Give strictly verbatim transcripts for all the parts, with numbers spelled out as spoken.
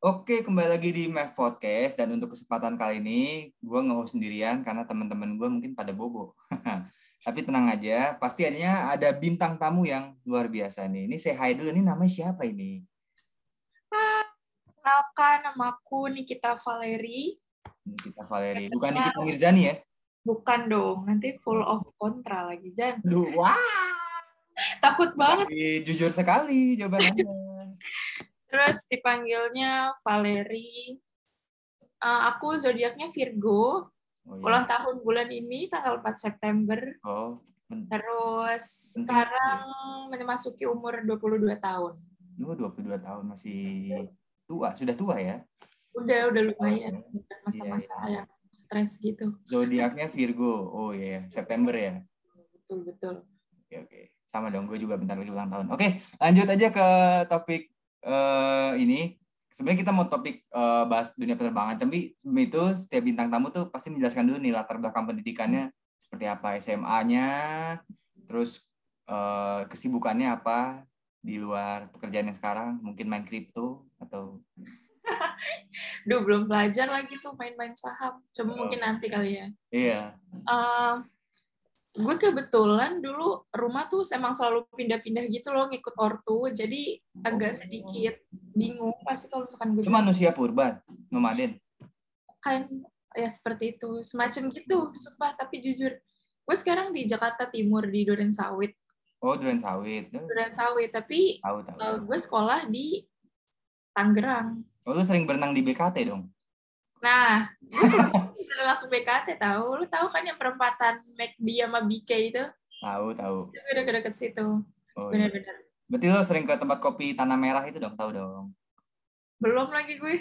Oke, kembali lagi di Mav Podcast dan untuk kesempatan kali ini gue nge-host sendirian karena teman-teman gue mungkin pada bobo. Tapi tenang aja, pasti adanya ada bintang tamu yang luar biasa nih. Ini say hi dulu, ini namanya siapa ini? Hai, kenalkan nama aku Nikita Valeri. Nikita Valeri, bukan Nikita Mirzani ya? Bukan dong, nanti full of kontra lagi, Jan. Aduh, wah. Takut banget. Tapi jujur sekali jawaban Anda. Terus dipanggilnya Valeri. Uh, aku zodiaknya Virgo. Oh Ulang iya. tahun bulan ini tanggal empat September. Oh, pen- Terus penting. sekarang memasuki umur dua puluh dua tahun. Lu dua puluh dua tahun masih tua, sudah tua ya? Udah, udah Tahun lumayan. ya? Iya, Masa-masa iya. yang stres gitu. Zodiaknya Virgo. Oh iya, September ya. Betul-betul. Oke, oke. Sama dong, gue juga bentar lagi ulang tahun. Oke, lanjut aja ke topik eh, ini. Sebenarnya kita mau topik eh, bahas dunia penerbangan, tapi sebelum itu setiap bintang tamu tuh pasti menjelaskan dulu nih latar belakang pendidikannya seperti apa, S M A-nya, terus eh, kesibukannya apa di luar pekerjaan yang sekarang, mungkin main kripto atau Duh, belum belajar lagi tuh main-main saham. Coba oh, mungkin nanti kali ya. iya. Um, gue kebetulan dulu rumah tuh emang selalu pindah-pindah gitu loh, ngikut ortu, jadi agak Oh. sedikit bingung pasti kalau misalkan gue Itu bilang manusia purba, nomaden. kan ya seperti itu, semacam gitu, sumpah. Tapi jujur, gue sekarang di Jakarta Timur di Duren Sawit, Oh, duren sawit. Oh, Duren Sawit, tapi tahu, tahu, uh, tahu. gue sekolah di Tangerang. Oh, lu sering berenang di B K T dong? Nah, gue kalau udah langsung B K T tahu, lu tahu kan yang perempatan McD sama B K itu, Tahu, tahu. itu udah deket situ, Oh iya. benar-benar. Berarti lo sering ke tempat kopi Tanah Merah itu dong, tahu dong. Belum lagi gue.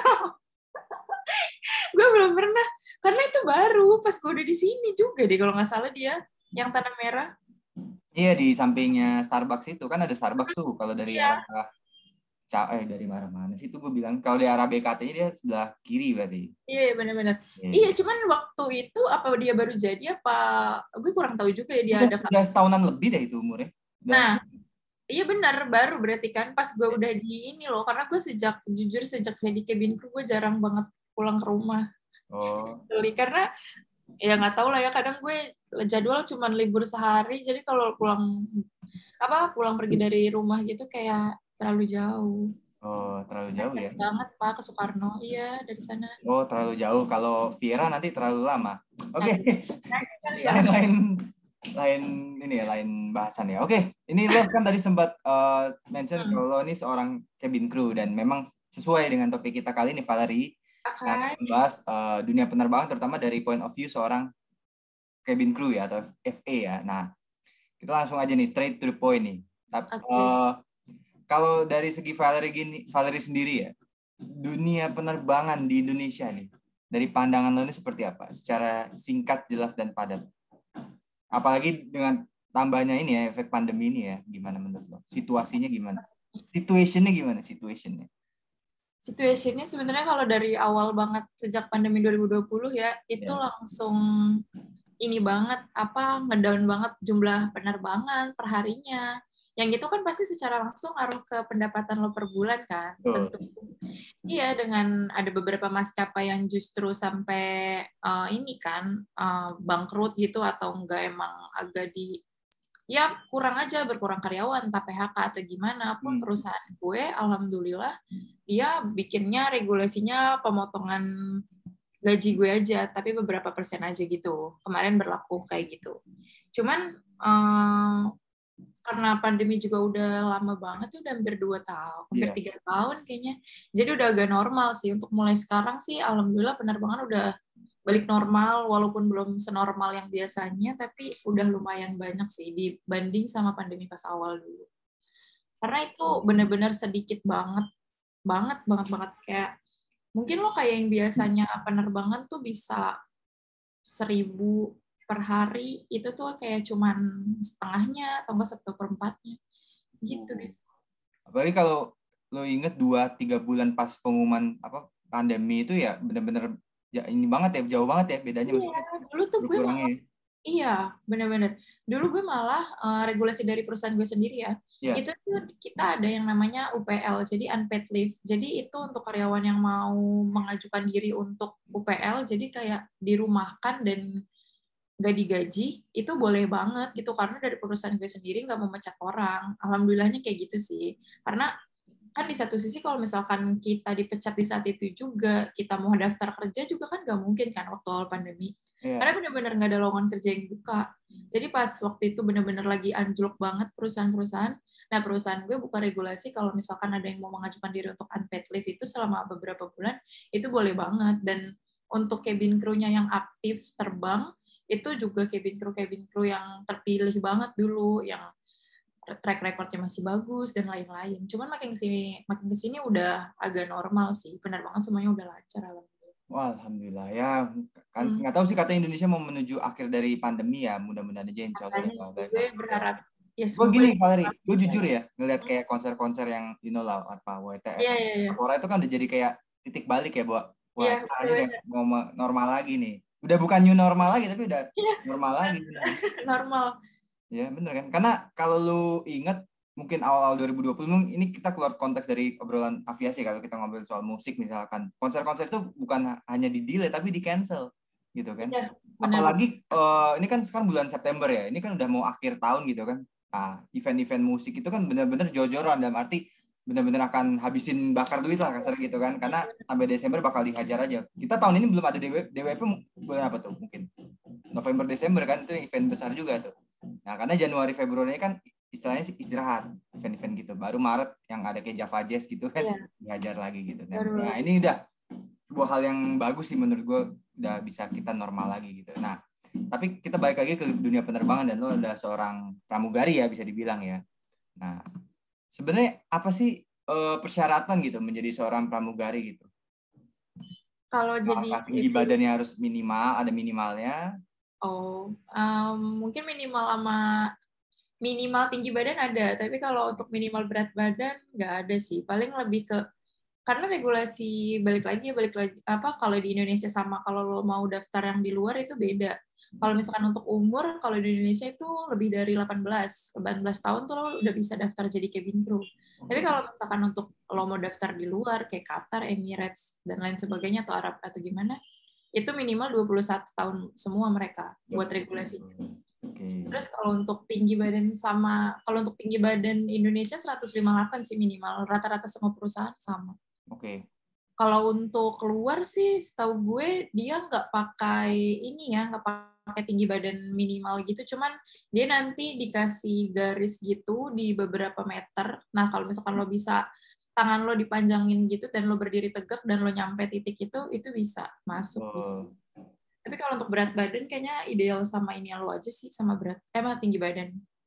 Gue belum pernah, karena itu baru pas gue udah di sini juga deh kalau nggak salah dia yang Tanah Merah. Iya, di sampingnya Starbucks itu kan ada Starbucks tuh kalau dari Iya, arah Ca- eh dari arah mana sih itu gue bilang kalau di arah B K T-nya dia sebelah kiri berarti. iya benar-benar. Iya, Iya. cuman waktu itu apa dia baru jadi apa gue kurang tahu juga ya dia Udah ada. udah setahunan lebih deh itu umurnya. Udah. Nah, iya benar baru berarti kan pas gue udah di ini loh, karena gue sejak jujur sejak jadi cabin crew gue jarang banget pulang ke rumah. Oh. Beli karena ya nggak tahu lah ya, kadang gue jadwal cuman libur sehari, jadi kalau pulang apa pulang pergi dari rumah gitu kayak terlalu jauh. Oh, terlalu jauh ya. Banget Pak ke Soekarno. Iya, dari sana. Oh, terlalu jauh. Kalau Viera nanti terlalu lama. Oke. Nah, kali ya. Lain-lain lain ini ya, lain bahasan ya. Oke, ini lo kan tadi sempat uh, mention Hmm. kalau lo ini seorang cabin crew dan memang sesuai dengan topik kita kali ini Valerie. Kita akan Akan. membahas uh, dunia penerbangan terutama dari point of view seorang cabin crew ya atau F A ya. Nah, kita langsung aja nih straight to the point nih. Tapi Oke. uh, kalau dari segi Valerie gini, Valerie sendiri ya, dunia penerbangan di Indonesia nih, dari pandangan lo ini seperti apa? Secara singkat, jelas dan padat. Apalagi dengan tambahnya ini ya efek pandemi ini ya, gimana menurut lo? Situasinya gimana? Situationnya gimana? Situationnya? Situationnya sebenarnya kalau dari awal banget sejak pandemi dua ribu dua puluh ya, itu Ya. langsung ini banget, apa, ngedown banget jumlah penerbangan perharinya. Yang gitu kan pasti secara langsung ngaruh ke pendapatan lo per bulan kan, Tuh. tentu. Iya, dengan ada beberapa maskapai yang justru sampai uh, ini kan uh, bangkrut gitu atau enggak emang agak di ya kurang aja berkurang karyawan, entah P H K atau gimana pun Hmm. perusahaan gue, alhamdulillah dia bikinnya regulasinya pemotongan gaji gue aja, tapi beberapa persen aja gitu. Kemarin berlaku kayak gitu. Cuman uh, karena pandemi juga udah lama banget, udah hampir dua tahun, hampir Iya. tiga tahun kayaknya. Jadi udah agak normal sih. Untuk mulai sekarang sih, alhamdulillah penerbangan udah balik normal, walaupun belum senormal yang biasanya, tapi udah lumayan banyak sih dibanding sama pandemi pas awal dulu. Karena itu benar-benar sedikit banget, banget, banget, banget. Kayak, mungkin lo kayak yang biasanya penerbangan tuh bisa seribu per hari, itu tuh kayak cuman setengahnya atau enggak satu per empatnya gitu deh. Apalagi kalau lo inget dua tiga bulan pas pengumuman apa pandemi itu ya benar-benar ya, ini banget ya jauh banget ya bedanya Iya, maksudnya dulu tuh gue malah berkurangnya. Iya, benar-benar. Dulu gue malah uh, regulasi dari perusahaan gue sendiri ya, yeah. itu tuh kita ada yang namanya U P L, jadi unpaid leave. Jadi itu untuk karyawan yang mau mengajukan diri untuk U P L, jadi kayak dirumahkan dan nggak digaji, itu boleh banget gitu, karena dari perusahaan gue sendiri nggak memecat orang. Alhamdulillahnya kayak gitu sih. Karena kan di satu sisi kalau misalkan kita dipecat di saat itu juga, kita mau daftar kerja juga kan nggak mungkin kan waktu awal pandemi. Yeah. Karena benar-benar nggak ada lowongan kerja yang buka. Jadi pas waktu itu benar-benar lagi anjlok banget perusahaan-perusahaan. Nah, perusahaan gue buka regulasi kalau misalkan ada yang mau mengajukan diri untuk unpaid leave itu selama beberapa bulan, itu boleh banget. Dan untuk cabin crew-nya yang aktif terbang, itu juga cabin crew-cabin crew yang terpilih banget dulu, yang track recordnya masih bagus dan lain-lain. Cuman makin kesini, makin kesini udah agak normal sih. Benar banget, semuanya udah lancar. Alhamdulillah. Wah, alhamdulillah ya. Kan hmm. nggak tahu sih, katanya Indonesia mau menuju akhir dari pandemi ya. Mudah-mudahan aja insya Allah. Gue berharap. Ya, gue gini, Valerie, gue jujur ya ngelihat kayak konser-konser yang you know lah apa W T F, yeah, yeah, yeah. Korea itu kan udah jadi kayak titik balik ya, buat wah yeah, aja udah mau normal lagi nih. Udah bukan new normal lagi, tapi udah yeah. normal lagi. Normal. Ya bener kan, karena kalau lu ingat mungkin awal-awal dua ribu dua puluh, ini kita keluar konteks dari obrolan aviasi, kalau kita ngobrol soal musik misalkan, konser-konser itu bukan hanya di delay tapi di cancel gitu kan. Ya, apalagi uh, ini kan sekarang bulan September ya, ini kan udah mau akhir tahun gitu kan. Nah, event-event musik itu kan benar-benar jor-joran, dalam arti benar-benar akan habisin bakar duit lah kasar gitu kan, karena sampai Desember bakal dihajar aja. Kita tahun ini belum ada D W P, bulan apa tuh, mungkin November Desember kan, itu event besar juga tuh. Nah, karena Januari Februari kan istilahnya sih istirahat, event-event gitu. Baru Maret yang ada kayak Java Jazz gitu kan, yeah. dihajar lagi gitu. Nah, nah, ini udah sebuah hal yang bagus sih menurut gue, udah bisa kita normal lagi gitu. Nah, tapi kita balik lagi ke dunia penerbangan, dan lo adalah seorang pramugari ya, bisa dibilang ya. Nah, sebenarnya apa sih uh, persyaratan gitu menjadi seorang pramugari gitu? Kalau jadi tinggi badannya harus minimal, ada minimalnya. Oh, um, mungkin minimal sama minimal tinggi badan ada, tapi kalau untuk minimal berat badan nggak ada sih. Paling lebih ke, karena regulasi balik lagi balik lagi apa kalau di Indonesia sama kalau lo mau daftar yang di luar itu beda. Kalau misalkan untuk umur, kalau di Indonesia itu lebih dari delapan belas tahun tuh lo udah bisa daftar jadi cabin crew. Tapi kalau misalkan untuk lo mau daftar di luar kayak Qatar, Emirates dan lain sebagainya, atau Arab atau gimana, itu minimal dua puluh satu tahun semua mereka buat regulasinya. Okay. Terus kalau untuk tinggi badan sama, kalau untuk tinggi badan Indonesia seratus lima puluh delapan sih minimal, rata-rata semua perusahaan sama. Oke. Okay. Kalau untuk keluar sih, setahu gue dia nggak pakai ini ya, nggak pakai tinggi badan minimal gitu, cuman dia nanti dikasih garis gitu di beberapa meter. Nah kalau misalkan lo bisa tangan lo dipanjangin gitu dan lo berdiri tegak dan lo nyampe titik itu, itu bisa masuk oh. gitu. Tapi kalau untuk berat badan kayaknya ideal sama ini lo aja sih, sama berat, eh mah tinggi badan.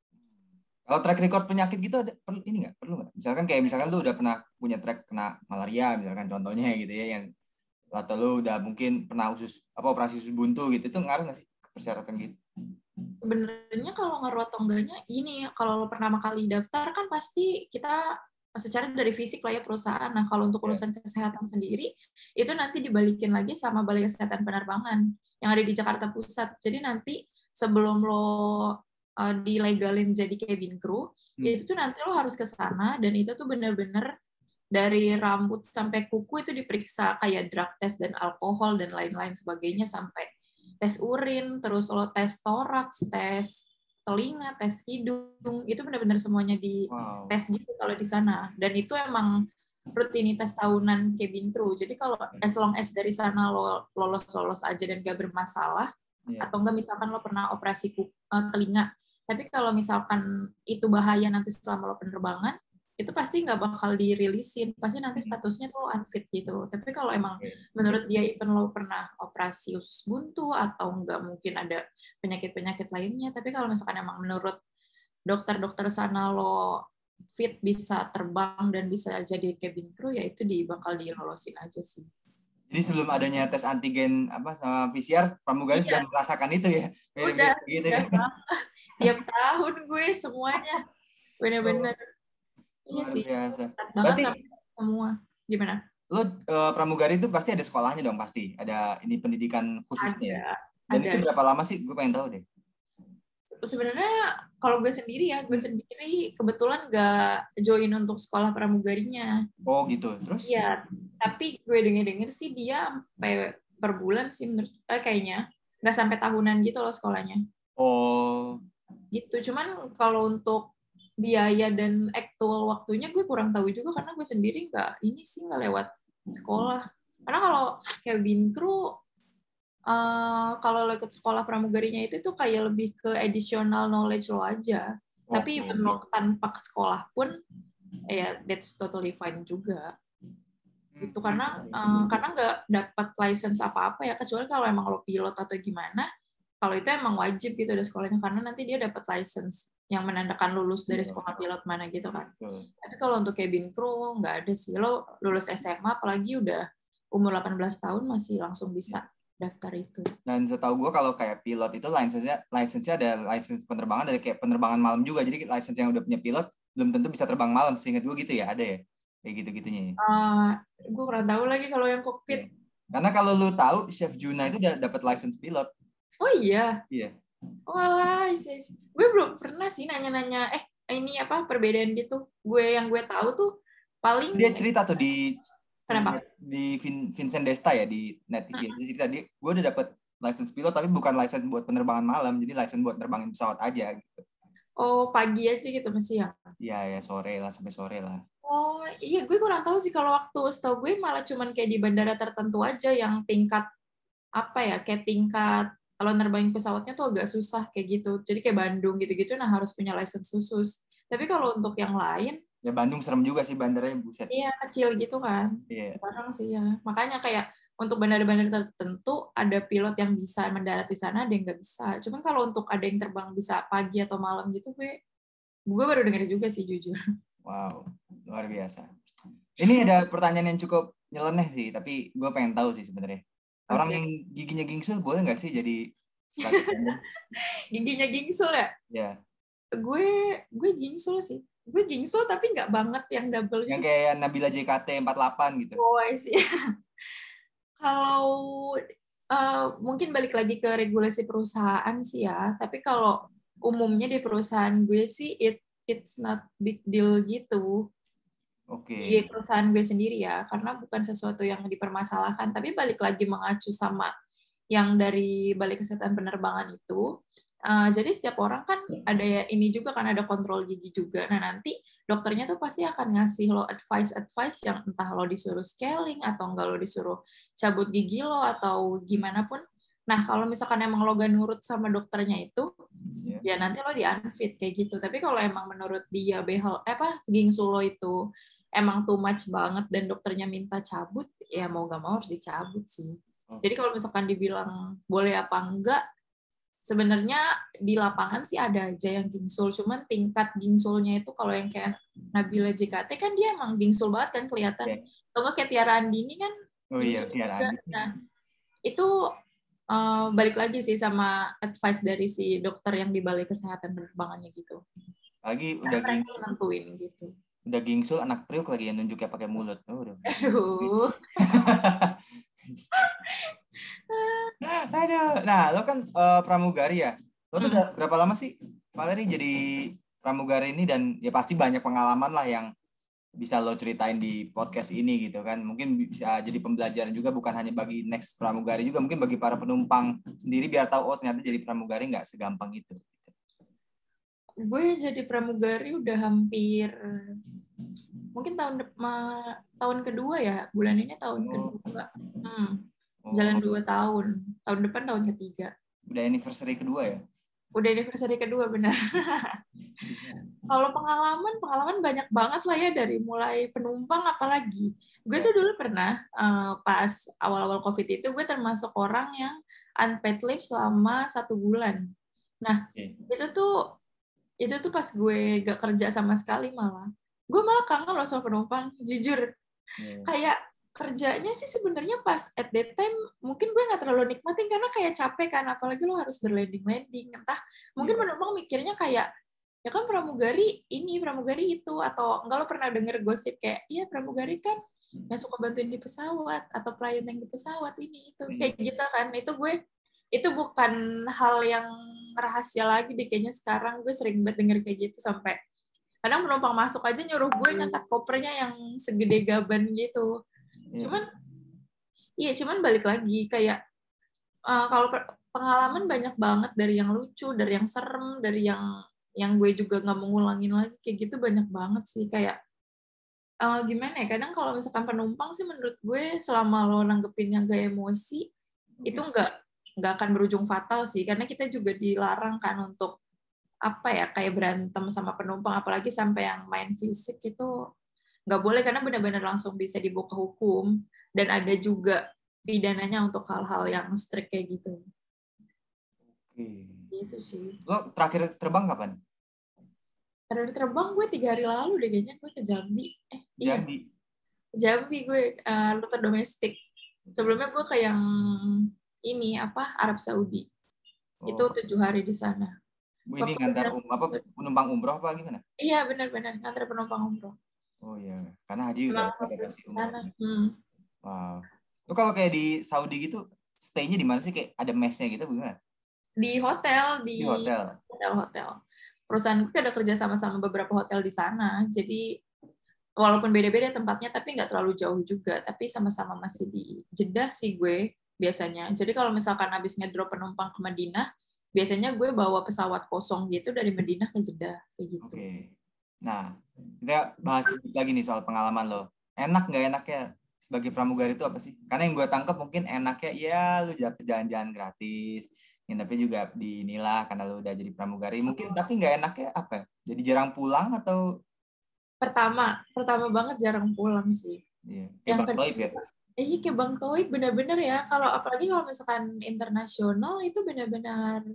Kalau track record penyakit gitu ada perlu ini nggak? Perlu nggak? Misalkan kayak misalkan lu udah pernah punya track kena malaria misalkan contohnya gitu ya, yang atau lu udah mungkin pernah usus apa operasi usus buntu gitu, itu ngaruh nggak sih ke persyaratan gitu? Sebenarnya kalau ngaruh atau enggaknya ini, kalau lo pertama kali daftar kan pasti kita secara dari fisik lah ya perusahaan. Nah, kalau untuk urusan yeah. kesehatan sendiri, itu nanti dibalikin lagi sama Balai Kesehatan Penerbangan yang ada di Jakarta Pusat. Jadi nanti sebelum lo uh, dilegalin jadi cabin crew, hmm. itu tuh nanti lo harus ke sana, dan itu tuh bener-bener dari rambut sampai kuku itu diperiksa, kayak drug test dan alkohol dan lain-lain sebagainya, sampai tes urin, terus lo tes toraks, tes telinga, tes hidung, itu benar-benar semuanya di wow. tes gitu kalau di sana. Dan itu emang rutinitas tahunan cabin crew. Jadi kalau as long as dari sana lo lolos-lolos aja dan gak bermasalah, yeah. atau enggak misalkan lo pernah operasi uh, telinga, tapi kalau misalkan itu bahaya nanti selama lo penerbangan, itu pasti nggak bakal dirilisin, pasti nanti statusnya tuh unfit gitu. Tapi kalau emang menurut dia even lo pernah operasi usus buntu atau nggak mungkin ada penyakit-penyakit lainnya, tapi kalau misalkan emang menurut dokter-dokter sana lo fit bisa terbang dan bisa jadi cabin crew, ya itu di bakal dilolosin aja sih. Jadi sebelum adanya tes antigen apa sama P C R, pramugari iya. sudah merasakan itu ya? Udah, gitu udah ya. Tiap tahun gue semuanya bener-bener. Oh. Iya sih. Biasa. Berarti semua gimana? Lo uh, pramugari itu pasti ada sekolahnya dong, pasti ada ini pendidikan khususnya. Ada. Dan ada. itu berapa lama sih? Gue pengen tahu deh. Sebenarnya kalau gue sendiri ya, gue sendiri kebetulan nggak join untuk sekolah pramugarinya. Oh gitu. Terus? Iya, tapi gue denger-denger sih dia sampai per bulan sih menurut eh, kayaknya nggak sampai tahunan gitu loh sekolahnya. Oh. Gitu. Cuman kalau untuk biaya dan aktual waktunya gue kurang tahu juga karena gue sendiri nggak ini sih nggak lewat sekolah. Karena kalau cabin crew Uh, kalau lo ikut sekolah pramugarinya itu tuh kayak lebih ke additional knowledge lo aja. Tapi Oke. even lo tanpa ke sekolah pun, ya that's totally fine juga. Gitu karena uh, karena nggak dapat license apa-apa ya, kecuali kalau emang lo pilot atau gimana. Kalau itu emang wajib gitu ada sekolahnya karena nanti dia dapat license yang menandakan lulus dari sekolah pilot mana gitu kan. Tapi kalau untuk cabin crew nggak ada sih. Lo lulus S M A apalagi udah umur delapan belas tahun masih langsung bisa daftar itu. Dan setahu gue kalau kayak pilot itu license-nya license-nya ada license penerbangan dari kayak penerbangan malam juga. Jadi license yang udah punya pilot belum tentu bisa terbang malam. Seingat gue gitu ya, ada ya. Kayak gitu-gitunya. Uh, gue kurang tahu lagi kalau yang kokpit. Yeah. Karena kalau lu tahu Chef Juna itu udah dapat license pilot. Oh iya. Iya. Oh alah, isi, isi. Gue belum pernah sih nanya-nanya eh ini apa perbedaan gitu. Gue yang gue tahu tuh paling Dia cerita tuh di Kenapa? di Vincent Desta ya di Net T V. Dia cerita dia gue udah dapat license pilot tapi bukan license buat penerbangan malam, jadi license buat terbangin pesawat aja gitu. Oh, pagi aja gitu masih ya? Iya ya, sore lah sampai sore lah. Oh iya, gue kurang tahu sih kalau waktu setahu gue malah cuman kayak di bandara tertentu aja yang tingkat apa ya, kayak tingkat kalau nerbangin pesawatnya tuh agak susah kayak gitu. Jadi kayak Bandung gitu-gitu, nah harus punya license khusus. Tapi kalau untuk yang lain, ya Bandung serem juga sih bandaranya, buset. iya kecil gitu kan. Iya. Barang sih ya. Makanya kayak untuk bandara-bandara tertentu ada pilot yang bisa mendarat di sana, ada yang nggak bisa. Cuman kalau untuk ada yang terbang bisa pagi atau malam gitu, gue gue baru denger juga sih jujur. Wow, luar biasa. Ini ada pertanyaan yang cukup nyeleneh sih, tapi gue pengen tahu sih sebenarnya. Orang Okay. yang giginya gingsul boleh nggak sih jadi giginya gingsul ya? Ya. Gue gue gingsul sih. Gue gingsul tapi nggak banget yang double Yang gitu. kayak Nabila J K T empat puluh delapan gitu. Oh, sih. Kalau uh, mungkin balik lagi ke regulasi perusahaan sih ya. Tapi kalau umumnya di perusahaan gue sih it it's not big deal gitu. Oke. Di perusahaan gue sendiri ya, karena bukan sesuatu yang dipermasalahkan. Tapi balik lagi mengacu sama yang dari Balai Kesehatan Penerbangan itu. Uh, jadi setiap orang kan ada ya, ini juga kan ada kontrol gigi juga. Nah nanti dokternya tuh pasti akan ngasih lo advice-advice yang entah lo disuruh scaling atau enggak lo disuruh cabut gigi lo atau gimana pun. Nah kalau misalkan emang lo gak nurut sama dokternya itu, yeah. ya nanti lo di unfit kayak gitu. Tapi kalau emang menurut dia behel apa gingsul lo itu emang too much banget dan dokternya minta cabut, ya mau gak mau harus dicabut sih. Jadi kalau misalkan dibilang boleh apa enggak, sebenarnya di lapangan sih ada aja yang gingsul, cuman tingkat gingsulnya itu kalau yang kayak Nabila J K T kan dia emang gingsul banget kan kelihatan. Yeah. Kalau kayak Tiara Andini kan oh iya, Tiara Andini. Nah, itu uh, balik lagi sih sama advice dari si dokter yang di Balai Kesehatan Penerbangannya gitu. Lagi udah gingsul nentuin gitu. Udah gingsul anak priuk lagi yang nunjuknya pakai mulut. Oh, udah. Aduh. Aduh. Nah, lo kan uh, pramugari ya. Lo tuh hmm. udah berapa lama sih, Valerie, jadi pramugari ini? Dan ya pasti banyak pengalaman lah yang bisa lo ceritain di podcast ini gitu kan. Mungkin bisa jadi pembelajaran juga, bukan hanya bagi next pramugari juga, mungkin bagi para penumpang sendiri biar tahu, oh ternyata jadi pramugari nggak segampang itu. Gue jadi pramugari udah hampir mungkin tahun depan, tahun kedua ya, bulan ini tahun oh. kedua. Hmm. Jalan dua tahun. Tahun depan tahun ketiga. Udah anniversary kedua ya? Udah anniversary kedua, benar. Kalau pengalaman, pengalaman banyak banget lah ya, dari mulai penumpang apalagi. Gue tuh dulu pernah, uh, pas awal-awal COVID itu, gue termasuk orang yang unpaid leave selama satu bulan. Nah, okay. itu tuh itu tuh pas gue gak kerja sama sekali malah. Gue malah kangen loh sama penumpang, jujur. Yeah. Kayak kerjanya sih sebenarnya pas at that time mungkin gue nggak terlalu nikmatin karena kayak capek kan, apalagi lo harus berlanding-landing, entah mungkin yeah. penumpang mikirnya kayak ya kan pramugari ini, pramugari itu, atau enggak lo pernah denger gosip kayak iya pramugari kan yang suka bantuin di pesawat atau pelayan yang di pesawat ini itu kayak gitu kan. Itu gue itu bukan hal yang rahasia lagi deh kayaknya sekarang. Gue sering banget denger kayak gitu sampai kadang penumpang masuk aja nyuruh gue ngangkat kopernya yang segede gaban gitu. Iya. Cuman iya, cuman balik lagi kayak uh, kalau pengalaman banyak banget dari yang lucu, dari yang serem, dari yang yang gue juga nggak mau ngulangin lagi kayak gitu banyak banget sih kayak uh, gimana ya? Kadang kalau misalkan penumpang sih menurut gue selama lo nanggepinnya gak emosi Okay. itu nggak nggak akan berujung fatal sih karena kita juga dilarang kan untuk apa ya kayak berantem sama penumpang apalagi sampai yang main fisik itu nggak boleh karena benar-benar langsung bisa dibawa ke hukum dan ada juga pidananya untuk hal-hal yang strict kayak gitu. Oke. Gitu sih. Lo terakhir terbang kapan? Terakhir terbang gue tiga hari lalu deh kayaknya gue ke Jambi. Eh Jambi. iya. Jambi gue uh, rute domestik. Sebelumnya gue ke yang ini apa Arab Saudi. Oh. Itu tujuh hari di sana. Ini ngantar um, apa penumpang umroh apa gimana? Iya benar-benar ngantar penumpang umroh. Oh iya, karena haji udah ada pasti umroh. Hmm. Wow. Lo kalau kayak di Saudi gitu, stay-nya di mana sih? Kayak ada mess-nya gitu gimana? Di hotel, di, di hotel. Hotel-hotel. Perusahaan gue ada kerja sama-sama beberapa hotel di sana. Jadi walaupun beda-beda tempatnya, tapi nggak terlalu jauh juga. Tapi sama-sama masih di Jeddah sih gue biasanya. Jadi kalau misalkan habis ngedrop penumpang ke Madinah, biasanya gue bawa pesawat kosong gitu dari Madinah ke Jeddah kayak gitu. Oke. Okay. Nah, kita bahas lagi nih soal pengalaman lo. Enak nggak enaknya sebagai pramugari itu apa sih? Karena yang gue tangkap mungkin enaknya ya lu jalan-jalan gratis. Ya, tapi juga dinilai karena lu udah jadi pramugari. Mungkin tapi nggak enaknya apa? Jadi jarang pulang atau? Pertama, pertama banget jarang pulang sih. Iya. Kayak Yang Bang Toib ya? Iya kayak Bang Toib benar-benar ya. Kalau apalagi kalau misalkan internasional itu benar-benar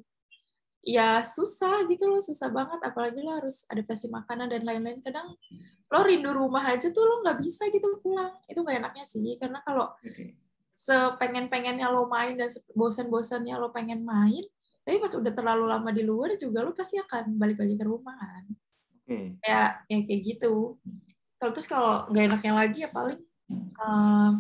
ya susah gitu loh, susah banget. Apalagi lo harus adaptasi makanan dan lain-lain. Kadang lo rindu rumah aja tuh lo nggak bisa gitu pulang. Itu nggak enaknya sih. Karena kalau okay. sepengen-pengennya lo main dan bosan-bosannya lo pengen main, tapi pas udah terlalu lama di luar juga lo pasti akan balik lagi ke rumah kan. Okay. Kayak ya kayak gitu. Kalau terus kalau nggak enaknya lagi ya paling uh,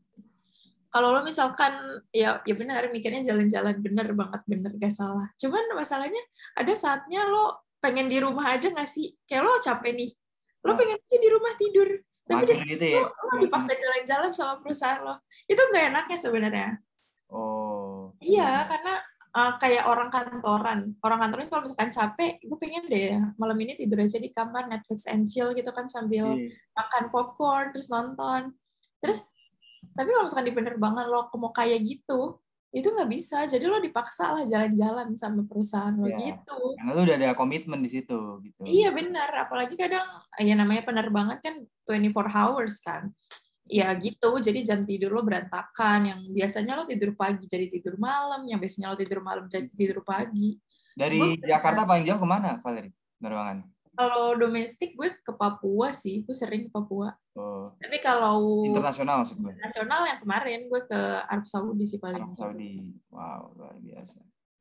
kalau lo misalkan ya ya benar mikirnya jalan-jalan bener banget bener gak salah. Cuman masalahnya ada saatnya lo pengen di rumah aja nggak sih? Kayak lo capek nih, lo nah. pengen aja di rumah tidur, tapi di gitu ya? lo, lo dipaksa jalan-jalan sama perusahaan lo. Itu nggak enaknya sebenarnya. Oh. Iya karena uh, kayak orang kantoran, orang kantoran kalau misalkan capek, gue pengen deh malam ini tidur aja di kamar Netflix and chill gitu kan sambil yeah. makan popcorn terus nonton, terus tapi kalau misalkan di penerbangan lo mau kayak gitu, itu nggak bisa. Jadi lo dipaksa lah jalan-jalan sama perusahaan lo ya, gitu. Karena lo udah ada komitmen di situ gitu. Iya benar. Apalagi kadang ya namanya penerbangan kan twenty-four hours kan. Ya gitu. Jadi jam tidur lo berantakan. Yang biasanya lo tidur pagi jadi tidur malam. Yang biasanya lo tidur malam jadi tidur pagi. Dari Gua Jakarta paling jauh kemana, Valerie? Penerbangan? Kalau domestik gue ke Papua sih. Gue sering ke Papua. Oh. Tapi kalau internasional maksud gue. Internasional yang kemarin gue ke Arab Saudi sih paling. Arab Saudi. Wow, luar biasa.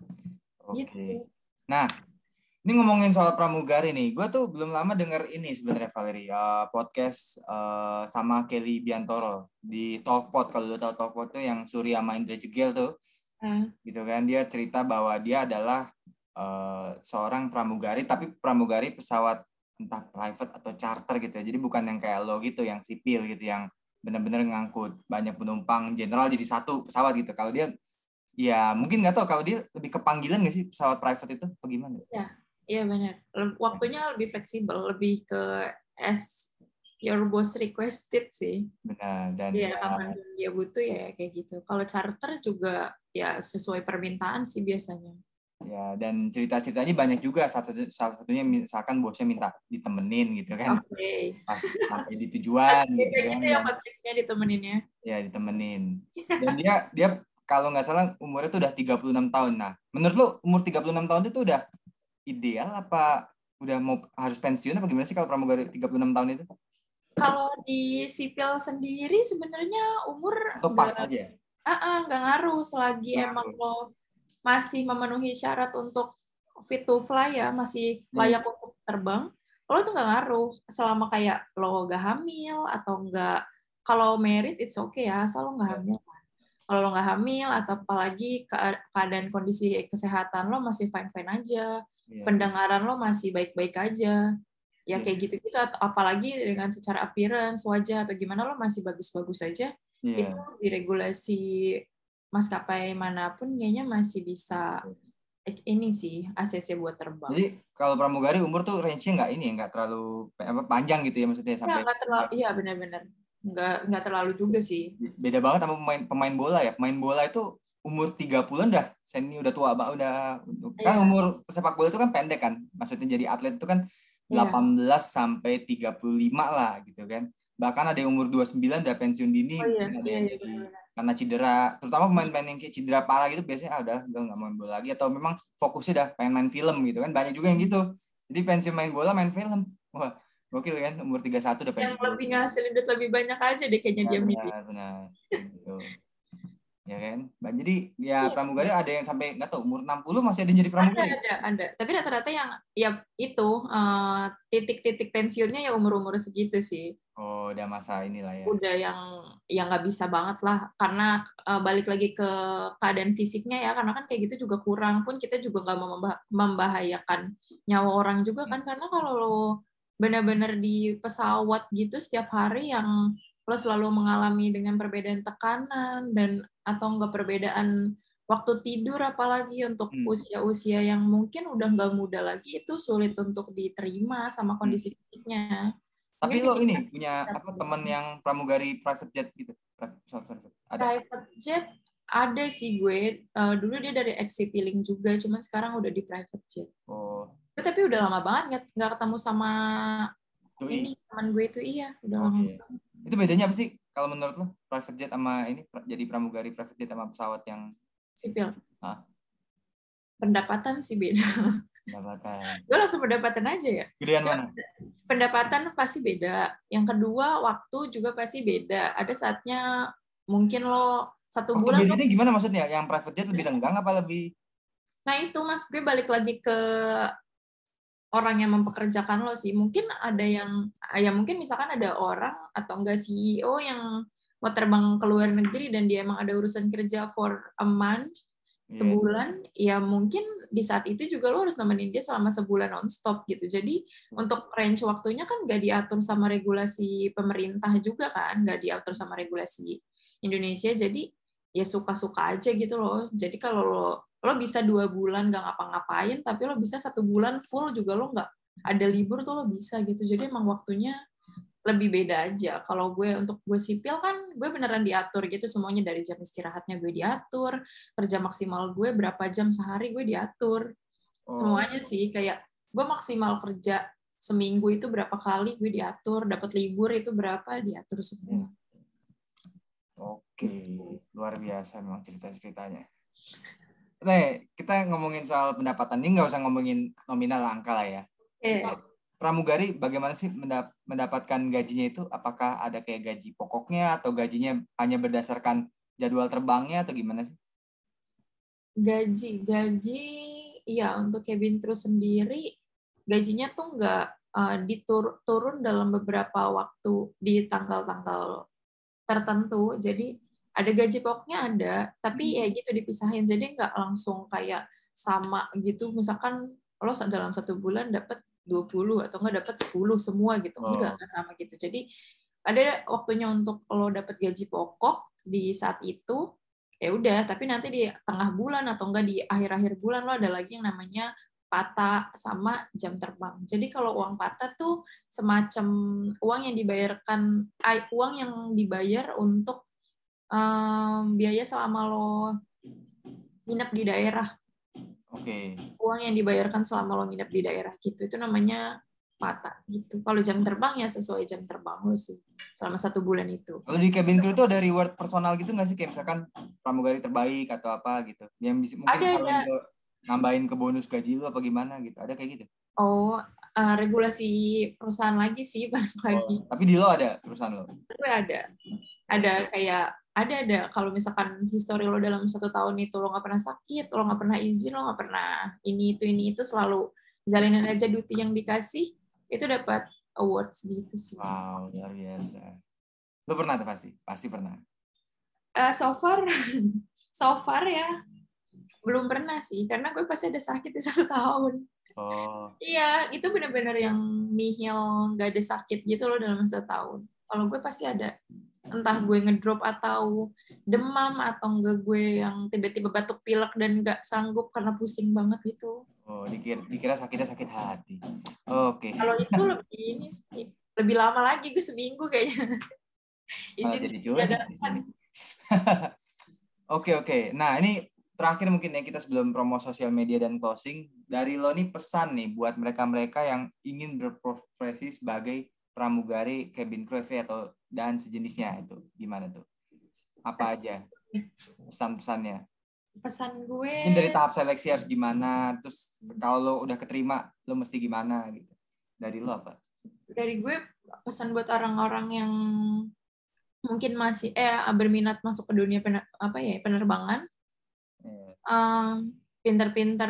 Oke. Okay. Gitu. Nah, ini ngomongin soal pramugari nih. Gue tuh belum lama denger ini sebenarnya Valerie, uh, podcast uh, sama Kelly Biantoro di Talkpod. Kalau lo tahu Talkpod tuh yang Surya sama Indra Jegel tuh. Hmm. Gitu kan, dia cerita bahwa dia adalah uh, seorang pramugari tapi pramugari pesawat entah private atau charter gitu ya. Jadi bukan yang kayak lo gitu, yang sipil gitu, yang benar-benar ngangkut banyak penumpang general jadi satu pesawat gitu. Kalau dia, ya mungkin nggak tahu kalau dia lebih kepanggilan nggak sih pesawat private itu, bagaimana? Ya, iya benar. Waktunya lebih fleksibel, lebih ke as your boss requested sih. Benar. Dan ya, kapan dia butuh ya kayak gitu. Kalau charter juga ya sesuai permintaan sih biasanya. Ya, dan cerita-ceritanya banyak juga. Salah satunya misalkan bosnya minta ditemenin gitu kan. Oke. Okay. Pas sampai di tujuan gitu kan. Gitu ya konteksnya ditemenin ya. Ya, ditemenin. Dan dia dia kalau nggak salah umurnya tuh udah tiga puluh enam tahun. Nah, menurut lu umur tiga puluh enam tahun itu udah ideal apa udah mau harus pensiun apa gimana sih kalau pramugari tiga puluh enam tahun itu? Kalau di sipil sendiri sebenarnya umur atau pas gak, aja. Uh-uh, nggak ngaruh selagi nah, emang lo masih memenuhi syarat untuk fit to fly ya, masih layak hmm. untuk terbang, lo tuh nggak ngaruh selama kayak lo gak hamil atau nggak, kalau merit it's okay ya, asal lo nggak hamil kan. kalau lo nggak hamil atau apalagi keadaan kondisi kesehatan lo masih fine-fine aja, yeah. pendengaran lo masih baik-baik aja, ya yeah. kayak gitu-gitu. Atau apalagi dengan secara appearance, wajah atau gimana lo masih bagus-bagus aja, yeah. itu diregulasi maskapai manapun kayaknya masih bisa ini sih A C C buat terbang. Jadi kalau pramugari umur tuh range-nya nggak ini, nggak terlalu apa, panjang gitu ya maksudnya sampai. Ya, nggak terlalu, iya benar-benar. Nggak nggak terlalu juga sih. Beda banget sama pemain pemain bola ya. Pemain bola itu umur tiga puluhan dah seni udah tua banget udah kan yeah. Umur sepak bola itu kan pendek kan. Maksudnya jadi atlet itu kan delapan belas yeah. sampai tiga puluh lima lah gitu kan. Bahkan ada yang umur dua puluh sembilan udah pensiun dini, oh, iya. ada iya, yang iya, jadi benar-benar. karena cedera. Terutama pemain-pemain yang kayak cedera parah gitu biasanya ah, udah gue nggak main bola lagi atau memang fokusnya dah pengen main film gitu kan. Banyak juga yang gitu. Jadi pensiun main bola main film. Wah, gokil kan, umur tiga puluh satu udah pensiun. Yang lebih ngasilin duit lebih banyak aja deh kayaknya ya, dia benar, milih. Benar, gitu. Ya kan? Jadi ya pramugari ada yang sampai nggak tahu umur enam puluh masih ada yang jadi pramugari. Ada, ada, ada. Tapi rata-rata yang ya itu uh, titik-titik pensiunnya ya umur-umur segitu sih. Oh, udah masa inilah ya. Udah yang yang nggak bisa banget lah karena uh, balik lagi ke keadaan fisiknya ya, karena kan kayak gitu juga kurang pun kita juga nggak mau membahayakan nyawa orang juga kan, karena kalau lo benar-benar di pesawat gitu setiap hari yang lo selalu mengalami dengan perbedaan tekanan dan atau enggak perbedaan waktu tidur, apalagi untuk hmm. usia-usia yang mungkin udah nggak muda lagi, itu sulit untuk diterima sama kondisi hmm. fisiknya. Tapi mungkin lo ini punya apa teman yang pramugari private jet gitu? Private, ada. Private jet ada sih gue. Uh, dulu dia dari Citylink juga, cuman sekarang udah di private jet. Oh. Tapi udah lama banget nggak nggak ketemu sama Doi. Ini teman gue itu, iya udah oh, lama. Iya. Itu bedanya apa sih kalau menurut lo private jet sama ini jadi pramugari private jet sama pesawat yang sipil? Ah. Pendapatan sih beda. Pendapatan. Gue langsung pendapatan aja ya. Gedean mana? Pendapatan pasti beda. Yang kedua waktu juga pasti beda. Ada saatnya mungkin lo satu waktu bulan. Bedanya lo... gimana maksudnya? Yang private jet lebih renggang apa lebih? Nah itu mas gue balik lagi ke orang yang mempekerjakan lo sih. Mungkin ada yang, ya mungkin misalkan ada orang atau enggak C E O yang mau terbang ke luar negeri dan dia emang ada urusan kerja for a month, sebulan, yeah. Ya mungkin di saat itu juga lo harus nemenin dia selama sebulan non-stop gitu. Jadi untuk range waktunya kan nggak diatur sama regulasi pemerintah juga kan, nggak diatur sama regulasi Indonesia. Jadi ya suka-suka aja gitu loh. Jadi kalau lo lo bisa dua bulan nggak ngapa-ngapain, tapi lo bisa satu bulan full juga lo nggak ada libur tuh lo bisa gitu. Jadi emang waktunya lebih beda aja. Kalau gue untuk gue sipil kan gue beneran diatur gitu semuanya, dari jam istirahatnya gue diatur, kerja maksimal gue berapa jam sehari gue diatur. Semuanya sih, kayak gue maksimal kerja seminggu itu berapa kali gue diatur, dapat libur itu berapa diatur semua. Oke, luar biasa memang cerita-ceritanya. Nih, kita ngomongin soal pendapatan ini, nggak usah ngomongin nominal angka lah ya. Eh. Pramugari bagaimana sih mendapatkan gajinya itu? Apakah ada kayak gaji pokoknya atau gajinya hanya berdasarkan jadwal terbangnya atau gimana sih? Gaji, gaji, ya untuk cabin crew sendiri gajinya tuh nggak uh, ditur turun dalam beberapa waktu di tanggal-tanggal tertentu. Jadi ada gaji pokoknya ada, tapi ya gitu dipisahin. Jadi nggak langsung kayak sama gitu. Misalkan lo dalam satu bulan dapat dua puluh atau nggak dapat sepuluh semua gitu. Enggak, nggak sama gitu. Jadi ada waktunya untuk lo dapat gaji pokok di saat itu, ya udah, tapi nanti di tengah bulan atau enggak di akhir-akhir bulan lo ada lagi yang namanya pata sama jam terbang. Jadi kalau uang pata tuh semacam uang yang dibayarkan, uang yang dibayar untuk um, biaya selama lo nginep di daerah. Oke. Okay. Uang yang dibayarkan selama lo nginep di daerah gitu, itu namanya pata gitu. Kalau jam terbang ya sesuai jam terbang lo sih selama satu bulan itu. Kalau di cabin crew itu ada reward personal gitu nggak sih, kayak misalkan pramugari terbaik atau apa gitu, yang bisa mungkin ada, nambahin ke nambahin ke bonus gaji lo apa gimana gitu, ada kayak gitu? Oh, uh, regulasi perusahaan lagi sih balik lagi. Oh, tapi di lo ada perusahaan lo? Gue ada, ada kayak ada ada kalau misalkan histori lo dalam satu tahun itu lo nggak pernah sakit, lo nggak pernah izin, lo nggak pernah ini itu ini itu, selalu jalanin aja duty yang dikasih, itu dapat awards gitu sih. Wow, luar biasa. Lo pernah tuh pasti? Pasti pernah. Uh, so far, so far ya belum pernah sih, karena gue pasti ada sakit di satu tahun. Oh. Iya, itu benar-benar yang nihil, nggak ada sakit gitu loh dalam satu tahun. Kalau gue pasti ada, entah gue ngedrop atau demam, atau enggak gue yang tiba-tiba batuk pilek dan nggak sanggup karena pusing banget gitu. Oh, dikira, dikira sakitnya sakit hati. Oke. Okay. Kalau itu lebih ini sih, lebih lama lagi, gue seminggu kayaknya. Oh, jadi curhat di sini. Oke, oke. Nah, ini terakhir mungkin ya, kita sebelum promo sosial media dan closing, dari lo nih pesan nih buat mereka-mereka yang ingin berprofesi sebagai pramugari, cabin crew atau dan sejenisnya, itu gimana tuh? Apa aja pesan-pesannya? Pesan gue, mungkin dari tahap seleksi harus gimana, terus kalau lo udah keterima lo mesti gimana gitu. Dari lo apa? Dari gue pesan buat orang-orang yang mungkin masih eh berminat masuk ke dunia pener, apa ya penerbangan, yeah. um, pinter-pinter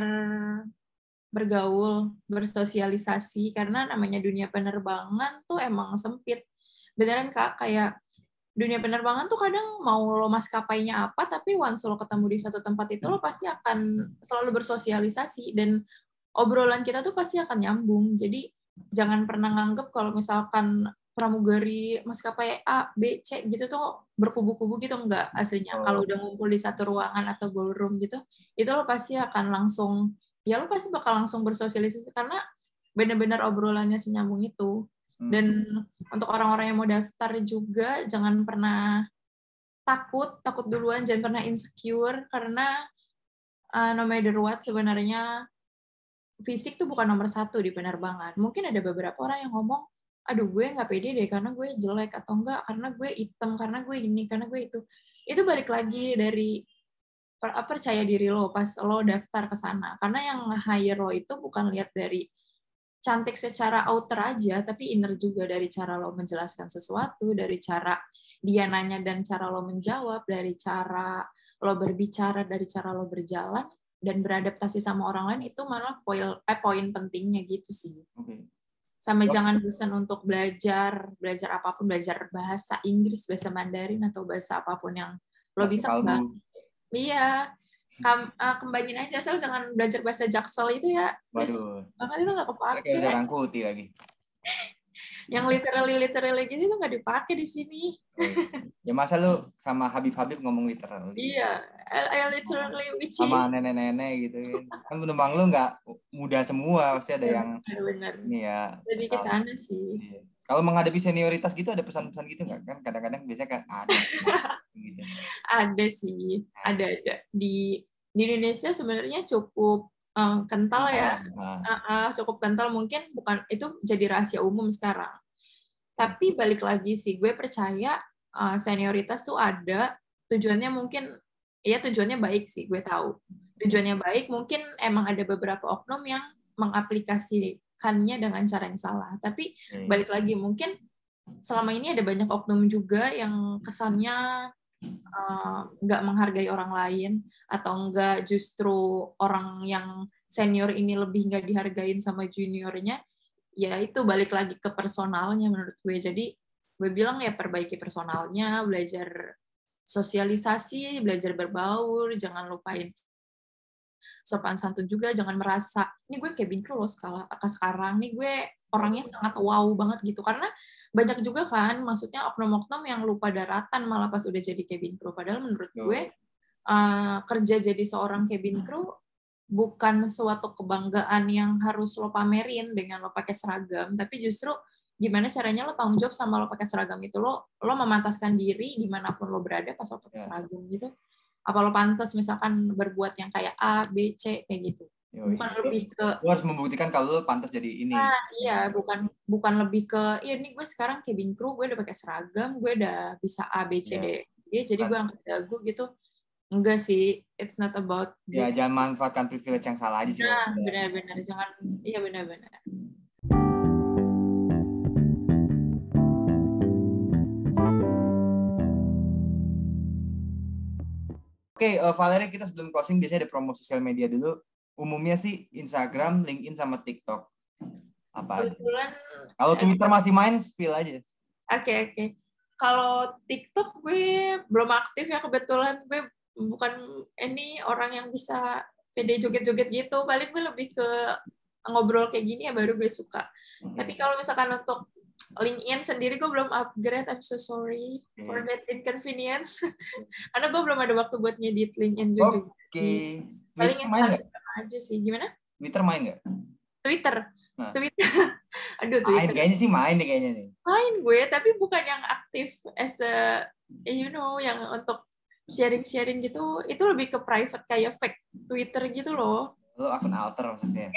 bergaul, bersosialisasi, karena namanya dunia penerbangan tuh emang sempit. Beneran Kak, kayak dunia penerbangan tuh kadang mau lo maskapainya apa, tapi once lo ketemu di satu tempat itu lo pasti akan selalu bersosialisasi dan obrolan kita tuh pasti akan nyambung. Jadi jangan pernah nganggep kalau misalkan pramugari maskapai A, B, C gitu tuh berkubu-kubu gitu, enggak aslinya. Oh. Kalau udah ngumpul di satu ruangan atau ballroom gitu, itu lo pasti akan langsung, ya lo pasti bakal langsung bersosialisasi karena benar-benar obrolannya senyambung itu. Dan untuk orang-orang yang mau daftar juga jangan pernah takut, takut duluan, jangan pernah insecure karena uh, no matter what sebenarnya fisik tuh bukan nomor satu di penerbangan. Mungkin ada beberapa orang yang ngomong, aduh gue nggak pede deh karena gue jelek, atau enggak karena gue hitam, karena gue ini, karena gue itu. Itu balik lagi dari percaya diri lo pas lo daftar ke sana. Karena yang nge-hire lo itu bukan lihat dari cantik secara outer aja, tapi inner juga, dari cara lo menjelaskan sesuatu, dari cara dia nanya dan cara lo menjawab, dari cara lo berbicara, dari cara lo berjalan, dan beradaptasi sama orang lain, itu malah poin eh, poin pentingnya gitu sih. Okay. Sama oh. Jangan bosan untuk belajar, belajar apapun, belajar bahasa Inggris, bahasa Mandarin, atau bahasa apapun yang lo bahasa bisa. Iya. Kam, uh, kembangin aja, asal jangan belajar bahasa Jaksel itu ya. Waduh. Bahkan itu nggak kepake. Kayak jarang kuti lagi. Yang literally literally gitu itu nggak dipakai di sini. Oh, iya. Ya masa lu sama Habib-Habib ngomong literal? Iya, I, I literally which is. Sama nenek-nenek gitu kan. Kan penumpang lu nggak muda semua, pasti ada yang. Benar-benar. Ini ya. Lebih ke sana sih. Iya. Kalau menghadapi senioritas gitu ada pesan-pesan gitu nggak? Kan kadang-kadang biasanya kan ada. Gitu. Ada sih, ada ada di di Indonesia sebenarnya cukup uh, kental ya, uh, uh, cukup kental, mungkin bukan itu jadi rahasia umum sekarang. Tapi balik lagi sih, gue percaya uh, senioritas tuh ada tujuannya, mungkin ya tujuannya baik sih, gue tahu tujuannya baik. Mungkin emang ada beberapa oknum yang mengaplikasikannya dengan cara yang salah. Tapi balik lagi, mungkin selama ini ada banyak oknum juga yang kesannya nggak uh, menghargai orang lain, atau enggak justru orang yang senior ini lebih nggak dihargain sama juniornya. Ya itu balik lagi ke personalnya menurut gue. Jadi gue bilang ya perbaiki personalnya, belajar sosialisasi, belajar berbaur, jangan lupain sopan santun juga, jangan merasa ini gue cabin crew loh sekarang, nih gue orangnya sangat wow banget gitu. Karena banyak juga kan, maksudnya oknum-oknum yang lupa daratan malah pas udah jadi cabin crew. Padahal menurut gue uh, kerja jadi seorang cabin crew bukan suatu kebanggaan yang harus lo pamerin dengan lo pakai seragam, tapi justru gimana caranya lo tanggung jawab sama lo pakai seragam itu. Lo lo memantaskan diri dimanapun lo berada pas lo pakai seragam gitu. Apa lo pantas misalkan berbuat yang kayak A, B, C kayak gitu. Yoi. Bukan lebih ke lo harus membuktikan kalau lo pantas jadi ini. Nah, iya, bukan bukan lebih ke ya ini gue sekarang cabin crew, gue udah pakai seragam, gue udah bisa A, B, C, D, yeah. Jadi gue angkat dagu gitu. Enggak sih, it's not about ya gitu. Jangan manfaatkan privilege yang salah aja sih. Nah, benar-benar jangan, iya benar-benar. Oke, okay, uh, Valeria, kita sebelum closing biasanya ada promo sosial media dulu. Umumnya sih Instagram, LinkedIn, sama TikTok. Apa Kebetulan, aja? Kalau Twitter masih main, spill aja. Oke, okay, oke. Okay. kalau TikTok gue belum aktif ya, kebetulan gue bukan ini orang yang bisa pede joget-joget gitu. Paling gue lebih ke ngobrol kayak gini ya baru gue suka. Okay. Tapi kalau misalkan untuk LinkedIn sendiri gue belum upgrade, I'm so sorry okay. for that inconvenience. Karena gue belum ada waktu buat ngedit LinkedIn juga. Oke. Okay. Paling Instagram aja sih. Gimana? Twitter main nggak? Twitter. Nah. Twitter. Aduh, Twitter. Main kayaknya sih main nih kayaknya nih. Main gue, tapi bukan yang aktif as a, you know, yang untuk sharing-sharing gitu. Itu lebih ke private, kayak fake Twitter gitu loh. Lo akun alter maksudnya?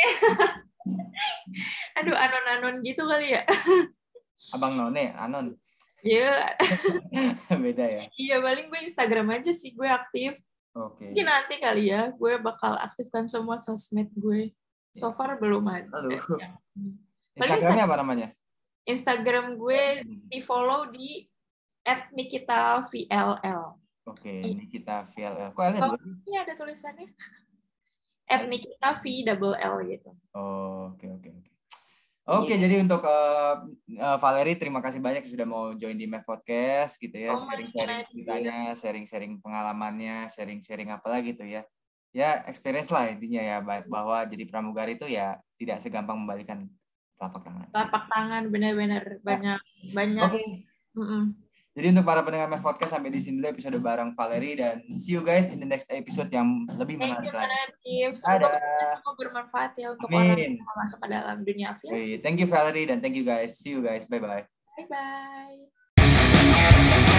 Aduh, anon-anon gitu kali ya. Abang None, anon. Iya. Yeah. Beda ya? Iya, paling gue Instagram aja sih gue aktif. Oke. Okay. Mungkin nanti kali ya, gue bakal aktifkan semua sosmed gue. So far belum ada. Aduh. Paling Instagramnya apa namanya? Instagram gue di follow di at nikita v l l. Oke, okay, Nikita V L L. Kok L-nya dua? Iya, ada tulisannya. At Nikita V double L gitu. Oh, oke oke oke. Oke, jadi untuk uh, uh, Valerie, terima kasih banyak sudah mau join di M E F Podcast gitu ya, oh, sharing-sharing ceritanya, sharing-sharing pengalamannya, sharing-sharing apa lagi tuh ya. Ya, experience lah intinya ya, bahwa jadi pramugari itu ya tidak segampang membalikan telapak tangan. Telapak tangan, benar-benar banyak ya. banyak. Oke. Okay. Mm -mm. Jadi untuk para pendengar M E F Podcast sampai di sini dulu episode bareng Valerie, dan see you guys in the next episode yang lebih menarik lagi. Semoga semua bermanfaat ya untuk Amin. Orang yang masuk ke dalam dunia aviasi. Thank you Valerie dan thank you guys. See you guys. Bye bye. Bye bye.